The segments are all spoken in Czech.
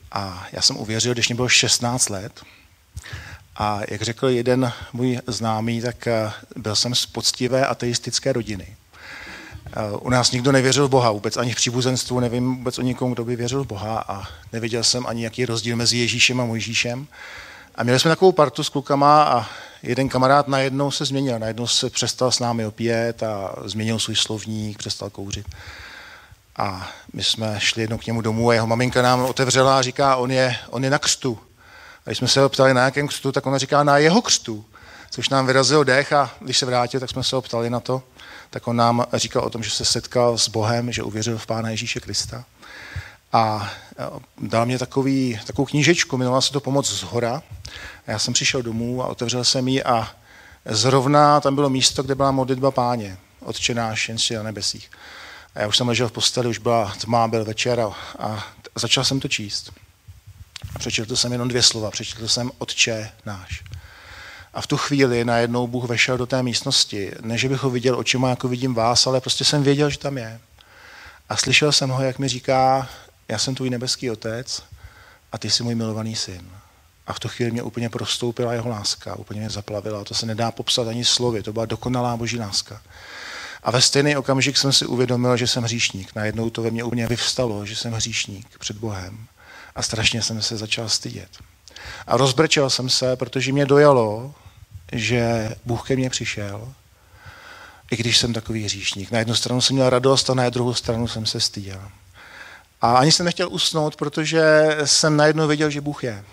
A já jsem uvěřil, když mě bylo 16 let. A jak řekl jeden můj známý, tak byl jsem z poctivé ateistické rodiny. U nás nikdo nevěřil v Boha vůbec, ani v příbuzenstvu, nevím vůbec o nikom, kdo by věřil v Boha a neviděl jsem ani, jaký je rozdíl mezi Ježíšem a Mojžíšem. A měli jsme takovou partu s klukama a jeden kamarád najednou se změnil, najednou se přestal s námi opíjet a změnil svůj slovník, přestal kouřit. A my jsme šli jednou k němu domů a jeho maminka nám otevřela a říká, on je na křtu. A když jsme se ho ptali, na jakém křtu, tak ona říká, na jeho křtu. Což nám vyrazil dech a když se vrátil, tak jsme se ho ptali na to. Tak on nám říkal o tom, že se setkal s Bohem, že uvěřil v Pána Ježíše Krista. A dal mě takovou knížečku, jmenovala se to Pomoc zhora. A já jsem přišel domů a otevřel jsem ji a zrovna tam bylo místo, kde byla modlitba Páně. Otče náš, jen si na nebesích. A já už jsem ležel v posteli, už byla tma, byl večer a začal jsem to číst. A přečetl jsem jenom 2 slova, přečetl jsem Otče náš. A v tu chvíli najednou Bůh vešel do té místnosti. Ne, že bych ho viděl očima, jako vidím vás, ale prostě jsem věděl, že tam je. A slyšel jsem ho, jak mi říká, já jsem tvůj nebeský otec a ty jsi můj milovaný syn. A v tu chvíli mě úplně prostoupila jeho láska, úplně mě zaplavila. To se nedá popsat ani slovy, to byla dokonalá boží láska. A ve stejný okamžik jsem si uvědomil, že jsem hříšník. Najednou to ve mně úplně vyvstalo, že jsem hříšník před Bohem. A strašně jsem se začal stydět. A rozbrčel jsem se, protože mě dojalo, že Bůh ke mně přišel, i když jsem takový hříšník. Na jednu stranu jsem měl radost a na druhou stranu jsem se styděl. A ani jsem nechtěl usnout, protože jsem najednou věděl, že Bůh je.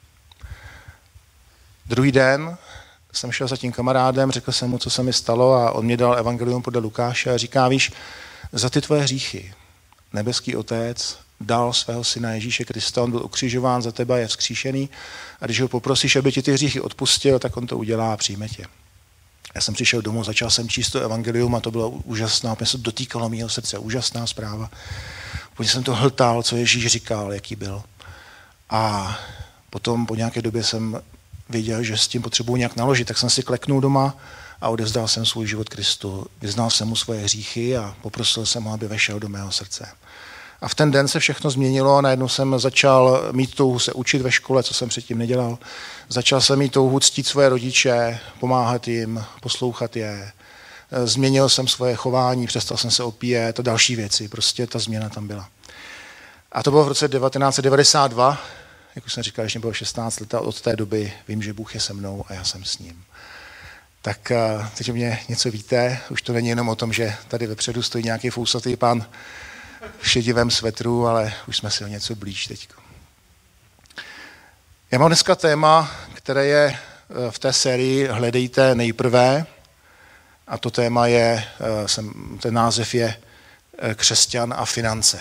Druhý den jsem šel za tím kamarádem, řekl jsem mu, co se mi stalo a on mě dal evangelium podle Lukáše a říká, víš, za ty tvoje hříchy nebeský otec dal svého syna Ježíše Krista, on byl ukřižován za tebe, je vzkříšený a když ho poprosíš, aby ti ty hříchy odpustil, tak on to udělá a přijme tě. Já jsem přišel domů, začal jsem číst to evangelium a to bylo úžasná, mě se dotýkalo mého srdce, úžasná zpráva. Úplně jsem to hltal, co Ježíš říkal, jaký byl. A potom po nějaké době jsem věděl, že s tím potřebuji nějak naložit, tak jsem si kleknul doma a odevzdal jsem svůj život Kristu. Vyznal jsem mu svoje hříchy a poprosil jsem ho, aby vešel do mého srdce. A v ten den se všechno změnilo a najednou jsem začal mít touhu se učit ve škole, co jsem předtím nedělal. Začal jsem mít touhu ctít svoje rodiče, pomáhat jim, poslouchat je. Změnil jsem svoje chování, přestal jsem se opíjet a další věci. Prostě ta změna tam byla. A to bylo v roce 1992, jak už jsem říkal, když mě bylo 16 let a od té doby vím, že Bůh je se mnou a já jsem s ním. Tak teď o mě něco víte, už to není jenom o tom, že tady vepředu stojí nějaký fousatý pán v šedivém svetru, ale už jsme si o něco blíž teď. Já mám dneska téma, které je v té sérii Hledejte nejprve a to téma je, ten název je Křesťan a finance.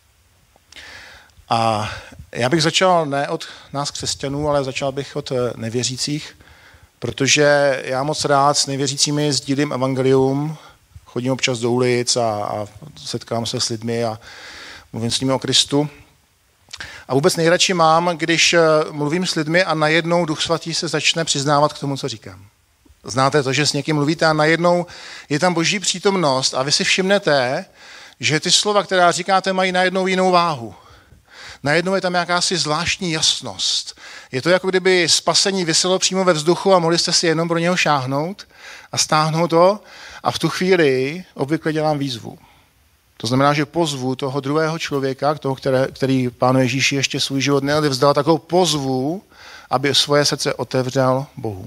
A já bych začal ne od nás křesťanů, ale začal bych od nevěřících, protože já moc rád s nevěřícími sdílím evangelium, chodím občas do ulic a setkám se s lidmi a mluvím s nimi o Kristu. A vůbec nejradši mám, když mluvím s lidmi a najednou Duch Svatý se začne přiznávat k tomu, co říkám. Znáte to, že s někým mluvíte a najednou je tam boží přítomnost a vy si všimnete, že ty slova, která říkáte, mají najednou jinou váhu. Najednou je tam jakási zvláštní jasnost. Je to jako kdyby spasení viselo přímo ve vzduchu a mohli jste si jenom pro něho šáhnout a stáhnout to a v tu chvíli obvykle dělám výzvu. To znamená, že pozvu toho druhého člověka, toho, který Pánu Ježíši ještě svůj život neodevzdal, takovou pozvu, aby svoje srdce otevřel Bohu.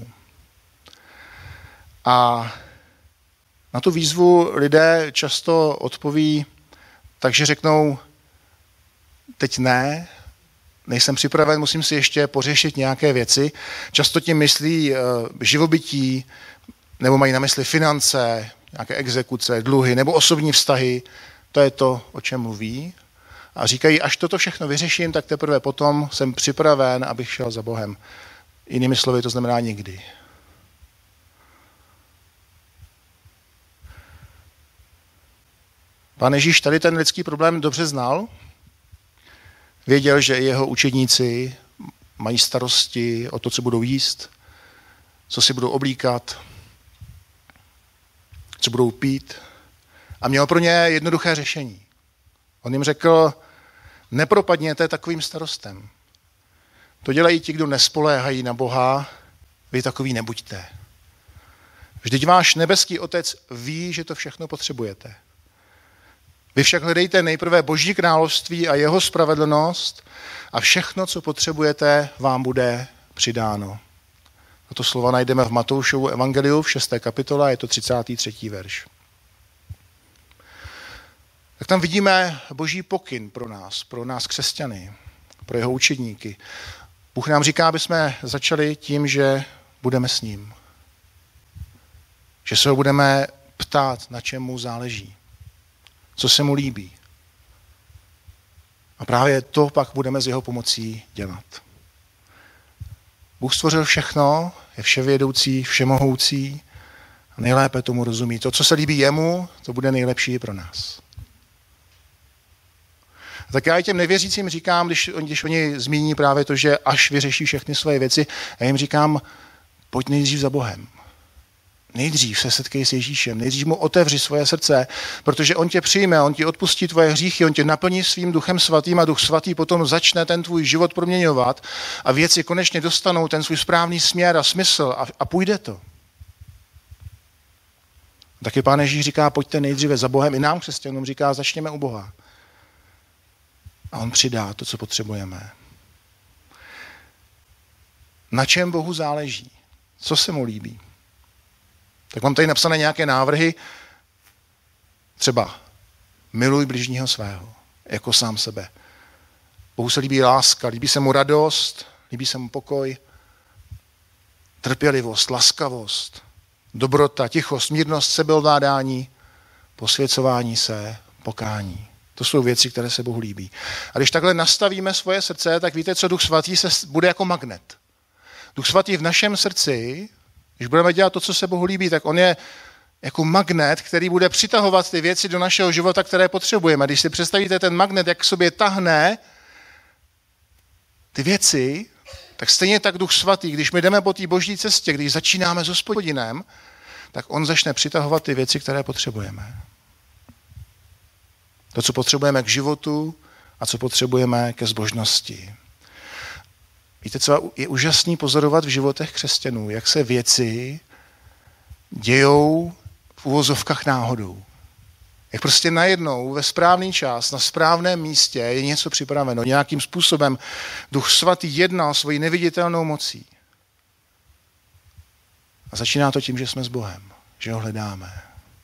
A na tu výzvu lidé často odpoví, takže řeknou, teď ne, nejsem připraven, musím si ještě pořešit nějaké věci. Často tím myslí živobytí, nebo mají na mysli finance, nějaké exekuce, dluhy, nebo osobní vztahy. To je to, o čem mluví. A říkají, až toto všechno vyřeším, tak teprve potom jsem připraven, abych šel za Bohem. Jinými slovy to znamená nikdy. Pán Ježíš tady ten lidský problém dobře znal. Věděl, že jeho učedníci mají starosti o to, co budou jíst, co si budou oblíkat, co budou pít. A měl pro ně jednoduché řešení. On jim řekl, nepropadněte takovým starostem. To dělají ti, kdo nespoléhají na Boha, vy takový nebuďte. Vždyť váš nebeský Otec ví, že to všechno potřebujete. Vy však hledejte nejprve Boží království a jeho spravedlnost a všechno, co potřebujete, vám bude přidáno. Toto slova najdeme v Matoušovu evangeliu v 6. kapitole, je to 33. verš. Tak tam vidíme Boží pokyn pro nás křesťany, pro jeho učedníky. Bůh nám říká, aby jsme začali tím, že budeme s ním. Že se ho budeme ptát, na čem mu záleží, co se mu líbí. A právě to pak budeme s jeho pomocí dělat. Bůh stvořil všechno, je vševědoucí, všemohoucí a nejlépe tomu rozumí. To, co se líbí jemu, to bude nejlepší i pro nás. Tak já i těm nevěřícím říkám, když oni zmíní právě to, že až vyřeší všechny svoje věci, já jim říkám, pojď nejdřív za Bohem. Nejdřív se setkej s Ježíšem, nejdřív mu otevři svoje srdce, protože on tě přijme, on ti odpustí tvoje hříchy, on tě naplní svým Duchem Svatým a Duch Svatý potom začne ten tvůj život proměňovat a věci konečně dostanou ten svůj správný směr a smysl a půjde to. Taky Pán Ježíš říká, pojďte nejdříve za Bohem, i nám křesťanům říká, začněme u Boha. A on přidá to, co potřebujeme. Na čem Bohu záleží? Co se mu líbí? Tak mám tady napsané nějaké návrhy. Třeba miluj bližního svého, jako sám sebe. Bohu se líbí láska, líbí se mu radost, líbí se mu pokoj, trpělivost, laskavost, dobrota, tichost, mírnost, sebeovládání, posvěcování se, pokání. To jsou věci, které se Bohu líbí. A když takhle nastavíme svoje srdce, tak víte, co Duch Svatý se bude jako magnet. Duch Svatý v našem srdci, když budeme dělat to, co se Bohu líbí, tak on je jako magnet, který bude přitahovat ty věci do našeho života, které potřebujeme. Když si představíte ten magnet, jak k sobě tahne ty věci, tak stejně tak Duch Svatý, když my jdeme po té boží cestě, když začínáme s Hospodinem, tak on začne přitahovat ty věci, které potřebujeme. To, co potřebujeme k životu a co potřebujeme ke zbožnosti. Víte, co je úžasný pozorovat v životech křesťanů, jak se věci dějou v uvozovkách náhodou. Jak prostě najednou ve správný čas, na správném místě je něco připraveno. Nějakým způsobem Duch Svatý jednal svojí neviditelnou mocí. A začíná to tím, že jsme s Bohem, že ho hledáme.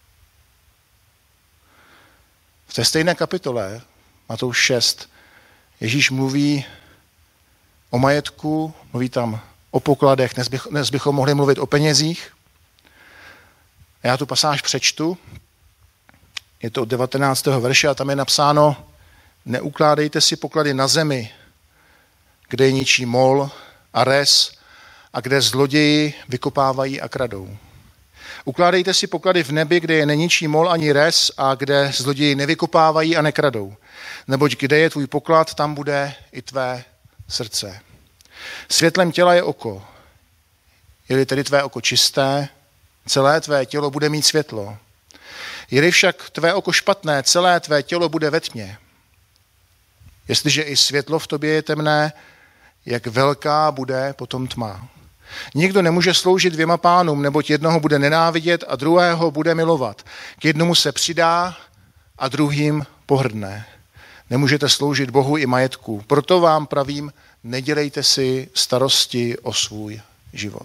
V té stejné kapitole, Matouš 6, Ježíš mluví o majetku, mluví tam o pokladech, dnes bychom mohli mluvit o penězích. Já tu pasáž přečtu, je to od 19. verše a tam je napsáno: neukládejte si poklady na zemi, kde je ničí mol a res a kde zloději vykopávají a kradou. Ukládejte si poklady v nebi, kde je neničí mol ani res a kde zloději nevykopávají a nekradou. Neboť kde je tvůj poklad, tam bude i tvé srdce. Světlem těla je oko. Je-li tedy tvé oko čisté, celé tvé tělo bude mít světlo. Je-li však tvé oko špatné, celé tvé tělo bude ve tmě. Jestliže i světlo v tobě je temné, jak velká bude potom tma. Nikdo nemůže sloužit dvěma pánům, neboť jednoho bude nenávidět a druhého bude milovat. K jednomu se přidá a druhým pohrdne. Nemůžete sloužit Bohu i majetku. Proto vám pravím, nedělejte si starosti o svůj život.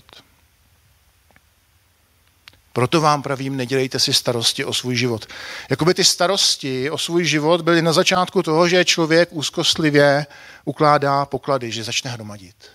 Proto vám pravím, nedělejte si starosti o svůj život. Jakoby ty starosti o svůj život byly na začátku toho, že člověk úzkostlivě ukládá poklady, že začne hromadit.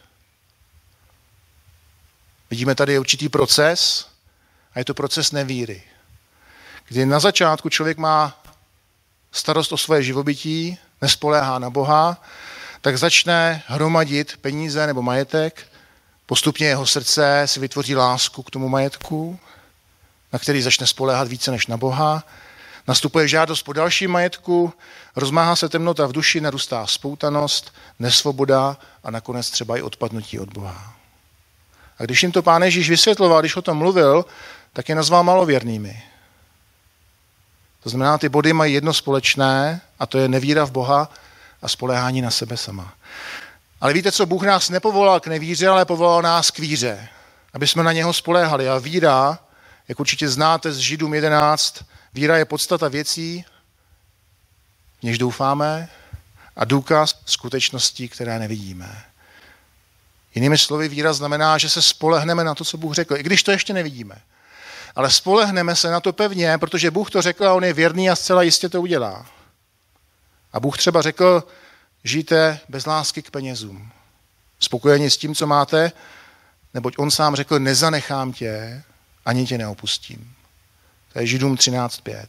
Vidíme tady určitý proces a je to proces nevíry. Kdy na začátku člověk má starost o svoje živobytí, nespoléhá na Boha, tak začne hromadit peníze nebo majetek, postupně jeho srdce si vytvoří lásku k tomu majetku, na který začne spoléhat více než na Boha, nastupuje žádost po dalším majetku, rozmáhá se temnota v duši, narůstá spoutanost, nesvoboda a nakonec třeba i odpadnutí od Boha. A když jim to Pán Ježíš vysvětloval, když o tom mluvil, tak je nazval malověrnými. To znamená, ty body mají jedno společné a to je nevíra v Boha a spoléhání na sebe sama. Ale víte co, Bůh nás nepovolal k nevíře, ale povolal nás k víře, aby jsme na něho spoléhali. A víra, jak určitě znáte z Židům 11, víra je podstata věcí, v něž doufáme, a důkaz skutečností, které nevidíme. Jinými slovy, víra znamená, že se spolehneme na to, co Bůh řekl, i když to ještě nevidíme. Ale spolehneme se na to pevně, protože Bůh to řekl a on je věrný a zcela jistě to udělá. A Bůh třeba řekl, žijte bez lásky k penězům. Spokojeni s tím, co máte, neboť on sám řekl, nezanechám tě, ani tě neopustím. To je Židům 13:5.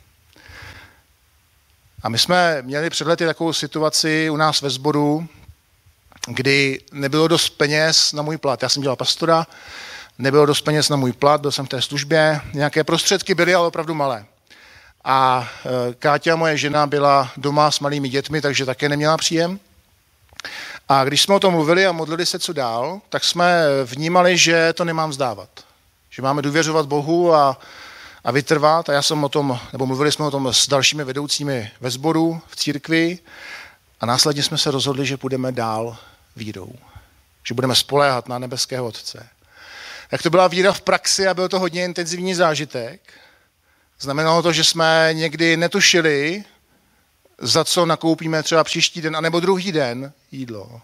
A my jsme měli před lety takovou situaci u nás ve sboru, kdy nebylo dost peněz na můj plat. Já jsem dělal pastora, nebylo dost peněz na můj plat, byl jsem v té službě, nějaké prostředky byly, ale opravdu malé. A Káťa, moje žena, byla doma s malými dětmi, takže také neměla příjem. A když jsme o tom mluvili a modlili se, co dál, tak jsme vnímali, že to nemám vzdávat. Že máme důvěřovat Bohu a vytrvat. A já jsem o tom, nebo mluvili jsme o tom s dalšími vedoucími ve sboru, v církvi. A následně jsme se rozhodli, že půjdeme dál vírou. Že budeme spoléhat na nebeského Otce. Tak to byla víra v praxi a byl to hodně intenzivní zážitek. Znamenalo to, že jsme někdy netušili, za co nakoupíme třeba příští den, anebo druhý den jídlo.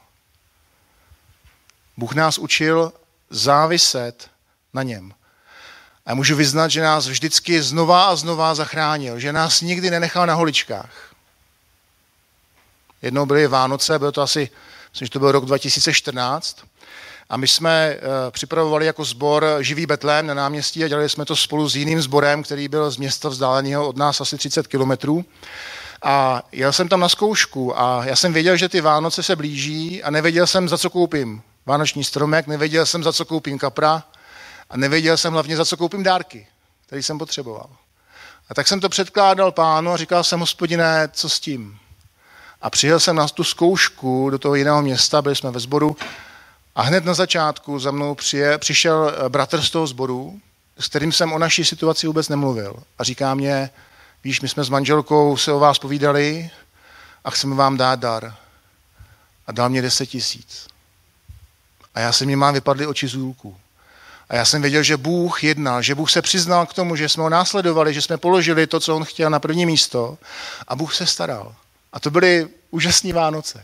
Bůh nás učil záviset na něm. A můžu vyznat, že nás vždycky znova a znova zachránil, že nás nikdy nenechal na holičkách. Jednou byly Vánoce, bylo to asi, myslím, že to byl rok 2014, a my jsme připravovali jako sbor Živý Betlém na náměstí a dělali jsme to spolu s jiným sborem, který byl z města vzdáleného od nás asi 30 kilometrů. A jel jsem tam na zkoušku a já jsem věděl, že ty Vánoce se blíží a nevěděl jsem, za co koupím vánoční stromek, nevěděl jsem, za co koupím kapra a nevěděl jsem hlavně, za co koupím dárky, který jsem potřeboval. A tak jsem to předkládal Pánu a říkal jsem, Hospodine, co s tím? A přijel jsem na tu zkoušku do toho jiného města, byli jsme ve sboru a hned na začátku za mnou přišel bratr z toho sboru, s kterým jsem o naší situaci vůbec nemluvil. A říká mě, víš, my jsme s manželkou se o vás povídali a chceme vám dát dar. A dal mě 10 000. A já se mě mám vypadly oči z hůlku. A já jsem věděl, že Bůh jednal, že Bůh se přiznal k tomu, že jsme ho následovali, že jsme položili to, co on chtěl na první místo a Bůh se staral. A to byly úžasné Vánoce.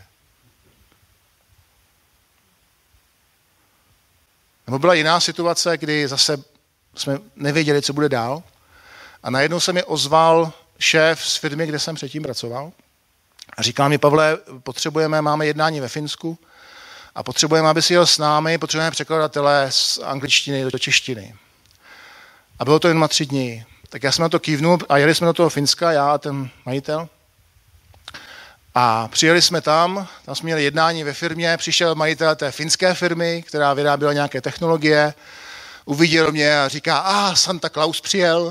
Nebo byla jiná situace, kdy zase jsme nevěděli, co bude dál. A najednou se mi ozval šéf z firmy, kde jsem předtím pracoval. A říkal mi, Pavle, máme jednání ve Finsku a potřebujeme, aby si jel s námi, potřebujeme překladatele z angličtiny do češtiny. A bylo to jen 3 dny. Tak já jsem na to kývnul a jeli jsme do toho Finska, já a ten majitel. A přijeli jsme tam jsme měli jednání ve firmě, přišel majitel té finské firmy, která vyráběla nějaké technologie, uviděl mě a říká, Santa Claus přijel.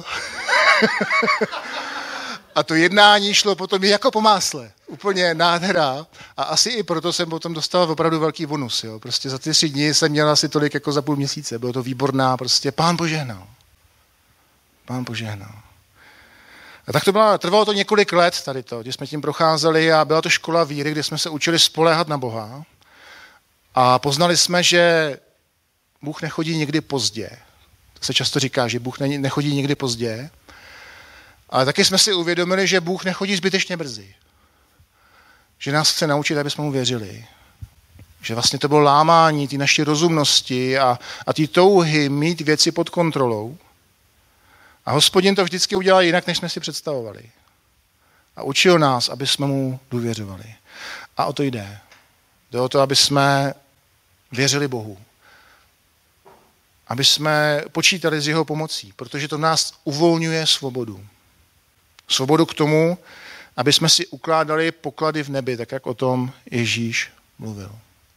A to jednání šlo potom jako po másle. Úplně nádhera. A asi i proto jsem potom dostal opravdu velký bonus. Jo. Prostě za ty 3 dny jsem měl asi tolik jako za půl měsíce. Bylo to výborná, prostě Pán požehnal. Pán požehnal. A tak trvalo to několik let tady to, kdy jsme tím procházeli a byla to škola víry, kde jsme se učili spoléhat na Boha. A poznali jsme, že Bůh nechodí nikdy pozdě. To se často říká, že Bůh nechodí nikdy pozdě. Ale taky jsme si uvědomili, že Bůh nechodí zbytečně brzy. Že nás chce naučit, aby jsme mu věřili. Že vlastně to bylo lámání té naší rozumnosti a té touhy mít věci pod kontrolou. A Hospodin to vždycky udělal jinak, než jsme si představovali. A učil nás, aby jsme mu důvěřovali. A o to jde. Jde o to, aby jsme věřili Bohu. Aby jsme počítali s jeho pomocí, protože to nás uvolňuje svobodu. Svobodu k tomu, aby jsme si ukládali poklady v nebi, tak jak o tom Ježíš mluvil.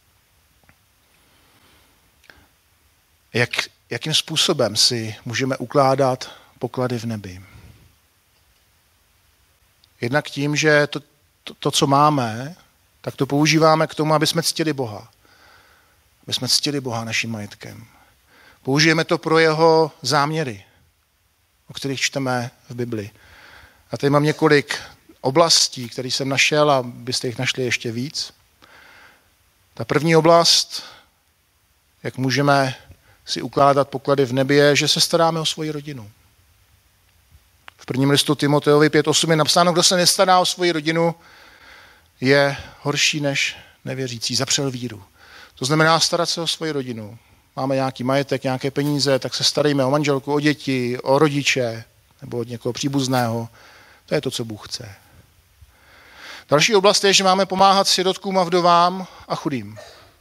Jakým způsobem si můžeme ukládat poklady v nebi? Jednak tím, že to, co máme, tak to používáme k tomu, aby jsme ctili Boha. Aby jsme ctili Boha naším majetkem. Použijeme to pro jeho záměry, o kterých čteme v Bibli. A tady mám několik oblastí, které jsem našel, a byste jich našli ještě víc. Ta první oblast, jak můžeme si ukládat poklady v nebi, je, že se staráme o svoji rodinu. V prvním listu Timoteovi 5:8 je napsáno, kdo se nestará o svoji rodinu, je horší než nevěřící, zapřel víru. To znamená starat se o svoji rodinu. Máme nějaký majetek, nějaké peníze, tak se starejme o manželku, o děti, o rodiče nebo od někoho příbuzného. To je to, co Bůh chce. Další oblast je, že máme pomáhat sirotkům a vdovám a chudým.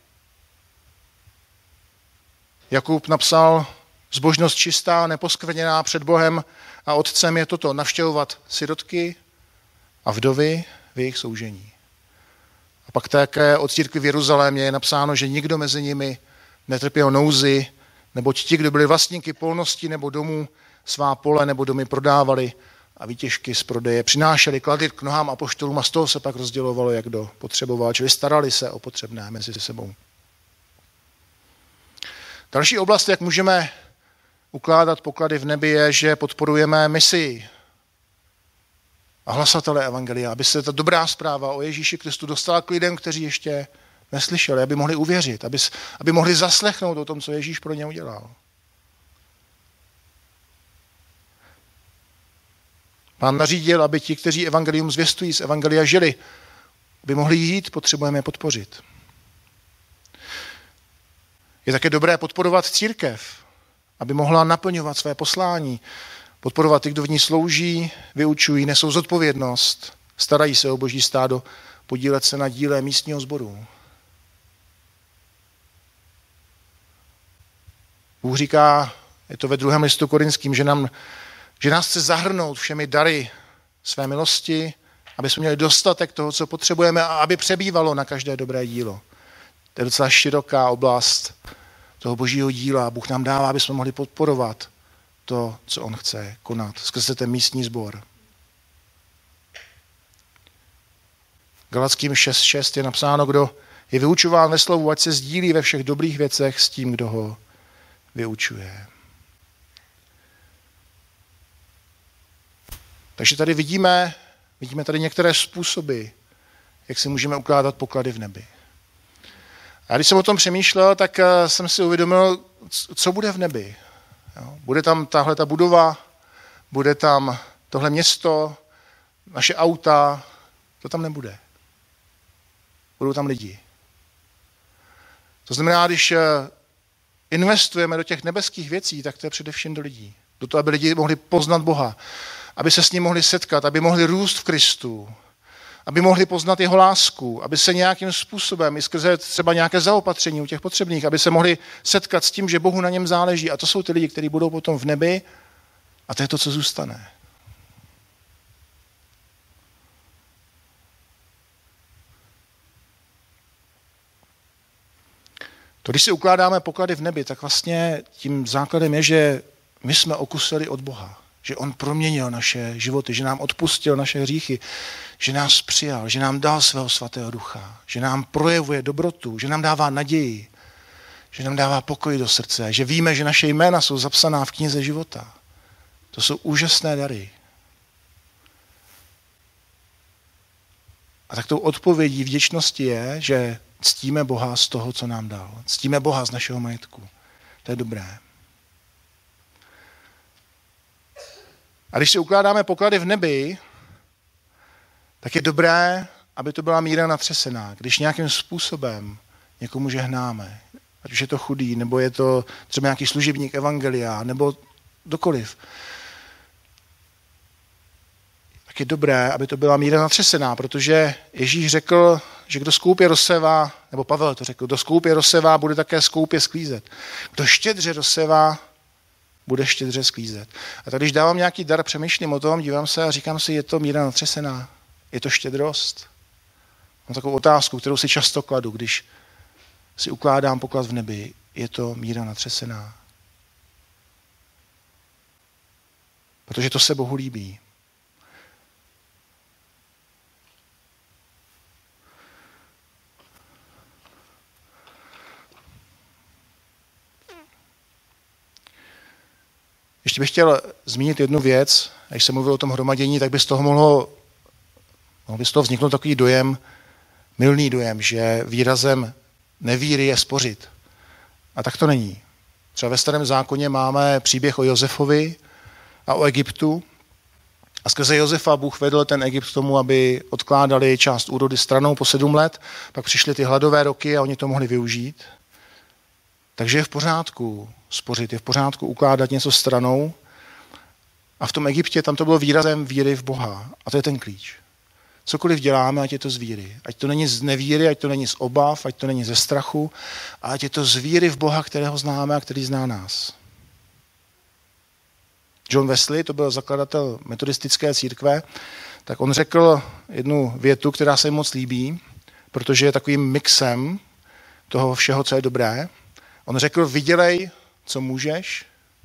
Jakub napsal, zbožnost čistá, neposkvrněná před Bohem a Otcem je toto, navštěvovat sirotky a vdovy v jejich soužení. A pak také od církvi v Jeruzalémě je napsáno, že nikdo mezi nimi netrpěl nouzi, neboť ti, kdo byli vlastníky polnosti nebo domů, svá pole nebo domy prodávali a výtěžky z prodeje přinášeli, kladli k nohám apoštolům a z toho se pak rozdělovalo, jak kdo potřeboval, čili starali se o potřebné mezi sebou. Další oblast, jak můžeme ukládat poklady v nebi, je, že podporujeme misi a hlasatele evangelia, aby se ta dobrá zpráva o Ježíši Kristu dostala k lidem, kteří ještě neslyšeli, aby mohli uvěřit, aby mohli zaslechnout o tom, co Ježíš pro ně udělal. Pán nařídil, aby ti, kteří evangelium zvěstují, z evangelia žili, aby mohli jít, potřebujeme je podpořit. Je také dobré podporovat církev, aby mohla naplňovat své poslání, podporovat ty, kdo v ní slouží, vyučují, nesou zodpovědnost, starají se o boží stádo, podílet se na díle místního sboru. Bůh říká, je to ve 2. listu Korinským, že nás chce zahrnout všemi dary své milosti, aby jsme měli dostatek toho, co potřebujeme a aby přebývalo na každé dobré dílo. To je docela široká oblast toho božího díla. Bůh nám dává, aby jsme mohli podporovat to, co on chce konat skrze ten místní sbor. Galackým 6:6 je napsáno, kdo je vyučován ve slovu, ať se sdílí ve všech dobrých věcech s tím, kdo ho vyučuje. Takže tady vidíme tady některé způsoby, jak si můžeme ukládat poklady v nebi. A když jsem o tom přemýšlel, tak jsem si uvědomil, co bude v nebi. Jo? Bude tam tahle ta budova, bude tam tohle město, naše auta, to tam nebude. Budou tam lidi. To znamená, když investujeme do těch nebeských věcí, tak to je především do lidí. Do toho, aby lidi mohli poznat Boha, aby se s ním mohli setkat, aby mohli růst v Kristu, aby mohli poznat jeho lásku, aby se nějakým způsobem, i skrze třeba nějaké zaopatření u těch potřebných, aby se mohli setkat s tím, že Bohu na něm záleží. A to jsou ty lidi, kteří budou potom v nebi a to je to, co zůstane. To, když si ukládáme poklady v nebi, tak vlastně tím základem je, že my jsme okusili od Boha. Že on proměnil naše životy, že nám odpustil naše hříchy, že nás přijal, že nám dal svého svatého ducha, že nám projevuje dobrotu, že nám dává naději, že nám dává pokoj do srdce, že víme, že naše jména jsou zapsaná v knize života. To jsou úžasné dary. A tak tou odpovědí vděčnosti je, že ctíme Boha z toho, co nám dal. Ctíme Boha z našeho majetku. To je dobré. A když si ukládáme poklady v nebi, tak je dobré, aby to byla míra natřesená. Když nějakým způsobem někomu žehnáme, ať už je to chudý, nebo je to třeba nějaký služebník evangelia, nebo kdokoliv, tak je dobré, aby to byla míra natřesená, protože Ježíš řekl, že kdo skoupě rozsévá, nebo Pavel to řekl, kdo skoupě rozsévá, bude také skoupě sklízet. Kdo štědře rozsévá, bude štědře sklízet. A tak když dávám nějaký dar, přemýšlím o tom, dívám se a říkám si, je to míra natřesená, je to štědrost. Mám takovou otázku, kterou si často kladu, když si ukládám poklad v nebi, je to míra natřesená. Protože to se Bohu líbí. Ještě bych chtěl zmínit jednu věc. Když jsem mluvil o tom hromadění, tak by z toho mohl vzniknout takový dojem, mylný dojem, že výrazem nevíry je spořit. A tak to není. Třeba ve Starém zákoně máme příběh o Josefovi a o Egyptu. A skrze Josefa Bůh vedl ten Egypt k tomu, aby odkládali část úrody stranou po 7 let, pak přišly ty hladové roky a oni to mohli využít. Takže je v pořádku spořit, je v pořádku ukládat něco stranou. A v tom Egyptě tam to bylo výrazem víry v Boha. A to je ten klíč. Cokoliv děláme, ať je to z víry. Ať to není z nevíry, ať to není z obav, ať to není ze strachu, a ať je to z víry v Boha, kterého známe a který zná nás. John Wesley, to byl zakladatel metodistické církve, tak on řekl jednu větu, která se mi moc líbí, protože je takovým mixem toho všeho, co je dobré. On řekl, vydělej, co můžeš,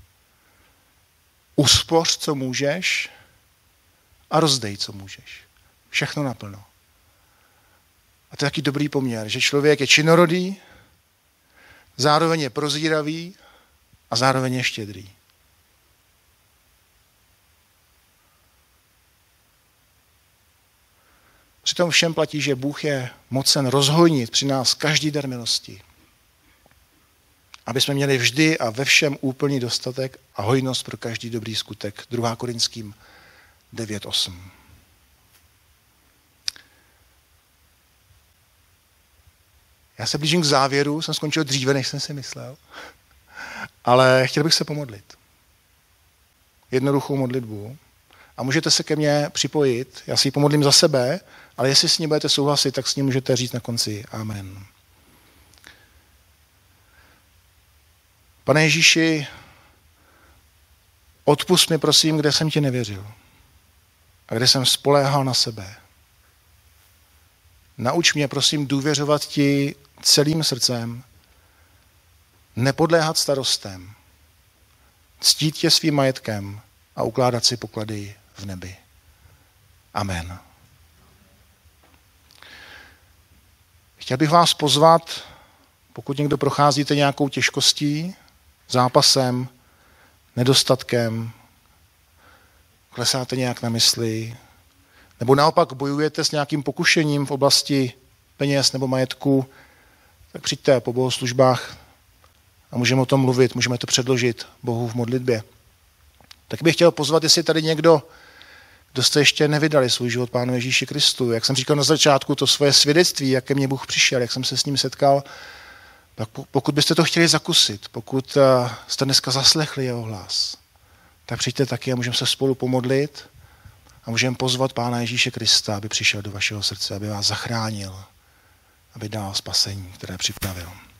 uspoř, co můžeš a rozdej, co můžeš. Všechno naplno. A to je taky dobrý poměr, že člověk je činorodý, zároveň je prozíravý a zároveň je štědrý. Přitom všem platí, že Bůh je mocen rozhojnit při nás každý dar milosti. Aby jsme měli vždy a ve všem úplný dostatek a hojnost pro každý dobrý skutek. 2. Korinským 9:8. Já se blížím k závěru, jsem skončil dříve, než jsem si myslel, ale chtěl bych se pomodlit. Jednoduchou modlitbu. A můžete se ke mně připojit, já si ji pomodlím za sebe, ale jestli s ní budete souhlasit, tak s ní můžete říct na konci amen. Pane Ježíši, odpusť mi prosím, kde jsem ti nevěřil a kde jsem spoléhal na sebe. Nauč mě prosím důvěřovat ti celým srdcem, nepodléhat starostem, ctít tě svým majetkem a ukládat si poklady v nebi. Amen. Chtěl bych vás pozvat, pokud někdo procházíte nějakou těžkostí, zápasem, nedostatkem, klesáte nějak na mysli, nebo naopak bojujete s nějakým pokušením v oblasti peněz nebo majetku, tak přijďte po bohoslužbách a můžeme o tom mluvit, můžeme to předložit Bohu v modlitbě. Tak bych chtěl pozvat, jestli tady někdo, kdo jste ještě nevydali svůj život Pánu Ježíši Kristu. Jak jsem říkal na začátku, to svoje svědectví, jak ke mně Bůh přišel, jak jsem se s ním setkal, tak pokud byste to chtěli zakusit, pokud jste dneska zaslechli jeho hlas, tak přijďte taky a můžeme se spolu pomodlit a můžeme pozvat Pána Ježíše Krista, aby přišel do vašeho srdce, aby vás zachránil, aby dal spasení, které připravil.